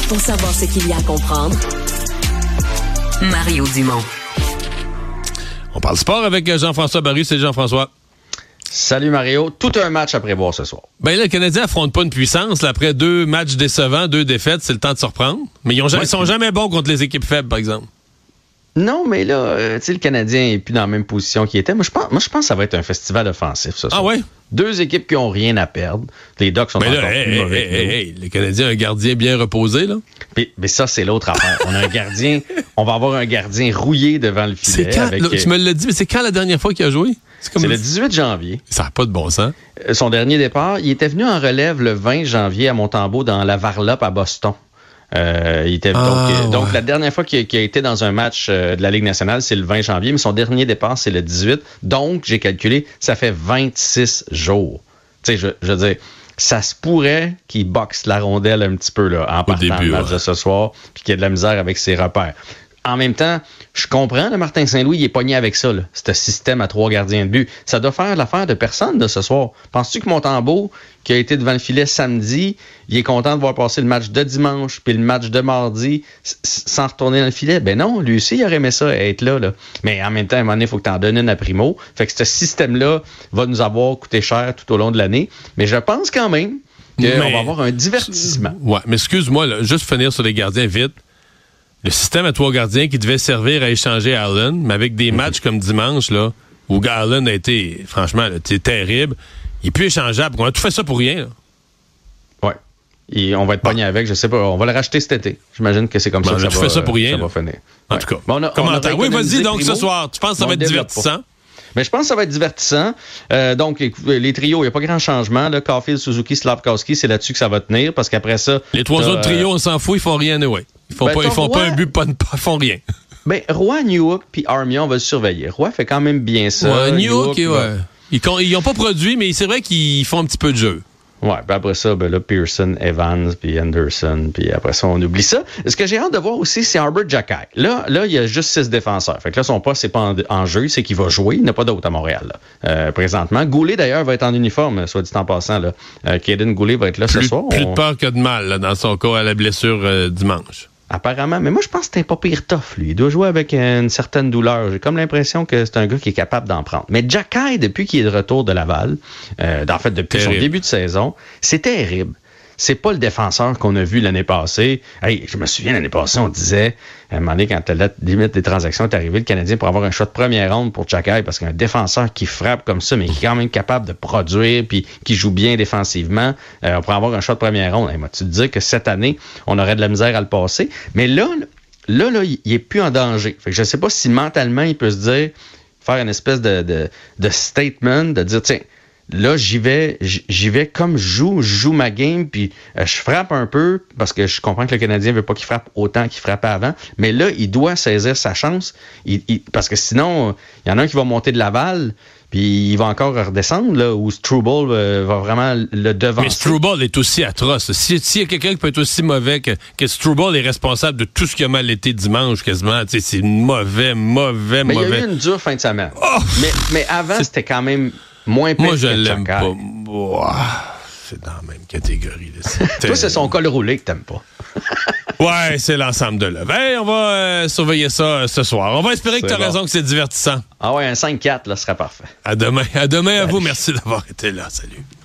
Pour savoir ce qu'il y a à comprendre, Mario Dumont. On parle sport avec Jean-François Barry. C'est Jean-François. Salut Mario. Tout un match à prévoir ce soir. Ben là, le Canadien affronte pas une puissance. Là, après 2 matchs décevants, 2 défaites, c'est le temps de se reprendre. Mais ils sont jamais bons contre les équipes faibles, par exemple. Non, mais là, tu sais, le Canadien est plus dans la même position qu'il était. Moi, je pense que ça va être un festival offensif, ça. Ah ouais? 2 équipes qui ont rien à perdre. Les Ducks sont encore plus mauvais. Le Canadien a un gardien bien reposé, là. Mais ça, c'est l'autre affaire. On va avoir un gardien rouillé devant le filet. C'est quand, là, tu me l'as dit, mais c'est quand la dernière fois qu'il a joué? C'est le 18 janvier. Ça n'a pas de bon sens. Son dernier départ, il était venu en relève le 20 janvier à Montembeault dans la Varlop à Boston. Donc, la dernière fois qu'il a été dans un match de la Ligue nationale, c'est le 20 janvier, mais son dernier départ, c'est le 18. Donc, j'ai calculé, ça fait 26 jours. Tu sais, je veux dire, ça se pourrait qu'il boxe la rondelle un petit peu là, en partant le match de ce soir, puis qu'il y ait de la misère avec ses repères. En même temps, je comprends, le Martin Saint-Louis, il est pogné avec ça, là, ce système à 3 gardiens de but. Ça doit faire l'affaire de personne de ce soir. Penses-tu que Montembeault, qui a été devant le filet samedi, il est content de voir passer le match de dimanche puis le match de mardi sans retourner dans le filet? Ben non, lui aussi, il aurait aimé ça, être là. Mais en même temps, à un moment donné, il faut que tu en donnes une à primo. Fait que ce système-là va nous avoir coûté cher tout au long de l'année. Mais je pense quand même qu'on va avoir un divertissement. Ouais, mais excuse-moi, là, juste finir sur les gardiens vite. Le système à 3 gardiens qui devait servir à échanger Allen, mais avec des matchs comme dimanche, là, où Allen a été, franchement, là, terrible, il est plus échangeable. On a tout fait ça pour rien. Là. Ouais. Et on va être pogné avec, je sais pas. On va le racheter cet été. J'imagine que c'est comme ça que ça va, fait ça pour rien, ça va finir. En tout cas. Commentaire. Oui, vas-y, donc ce soir. Tu penses que ça va être divertissant? Mais je pense que ça va être divertissant. Donc, les trios, il n'y a pas grand changement. Là. Caulfield, Suzuki, Slafkowski, c'est là-dessus que ça va tenir. Parce qu'après ça... Les 3 autres trios, on s'en fout, ils font rien, ouais. Ils font pas un but, ils font rien. Ben, Roy, Newhook puis Armia, on va le surveiller. Roy fait quand même bien ça. Ouais, Newhook, ouais. Ils n'ont pas produit, mais c'est vrai qu'ils font un petit peu de jeu. Ouais, puis après ça, ben là, Pearson, Evans, puis Anderson, puis après ça, on oublie ça. Ce que j'ai hâte de voir aussi, c'est Arbor Xhekaj. Là, il y a juste 6 défenseurs. Fait que là, son poste, c'est pas en jeu, c'est qu'il va jouer. Il n'y a pas d'autre à Montréal, là, présentement. Goulet, d'ailleurs, va être en uniforme, soit dit en passant, là. Kaden Goulet va être là ce soir. Plus de peur que de mal, là, dans son cas, à la blessure dimanche. Apparemment, mais moi je pense que c'est un pas pire tough, lui. Il doit jouer avec une certaine douleur. J'ai comme l'impression que c'est un gars qui est capable d'en prendre. Mais Xhekaj, depuis qu'il est de retour de Laval, en fait depuis son début de saison, c'est terrible. C'est pas le défenseur qu'on a vu l'année passée. Hey, je me souviens, l'année passée, on disait, à un moment donné, quand la limite des transactions est arrivée, le Canadien pour avoir un shot de première ronde pour Xhekaj, parce qu'un défenseur qui frappe comme ça, mais qui est quand même capable de produire, puis qui joue bien défensivement, on pourrait avoir un shot de première ronde. Hey, tu te dis que cette année, on aurait de la misère à le passer. Mais là, il est plus en danger. Fait que je sais pas si mentalement, il peut se dire, faire une espèce de statement, de dire, tiens, là, j'y vais comme je joue ma game, puis je frappe un peu, parce que je comprends que le Canadien veut pas qu'il frappe autant qu'il frappait avant, mais là, il doit saisir sa chance, parce que sinon, il y en a un qui va monter de Laval, puis il va encore redescendre, là, où Struble va vraiment le devancer. Mais Struble est aussi atroce. S'il y a quelqu'un qui peut être aussi mauvais que Struble est responsable de tout ce qui a mal été dimanche, quasiment, c'est mauvais. Mais il y a eu une dure fin de semaine. Oh! Mais avant, c'était quand même moins pire. Moi, je l'aime pas. C'est dans la même catégorie. Toi, c'est son col roulé que t'aimes pas. Ouais, c'est l'ensemble de l'œuvre. Hey, on va surveiller ça ce soir. On va espérer que tu as raison que c'est divertissant. Ah ouais, un 5-4, là, serait parfait. À demain. À vous. Merci d'avoir été là. Salut.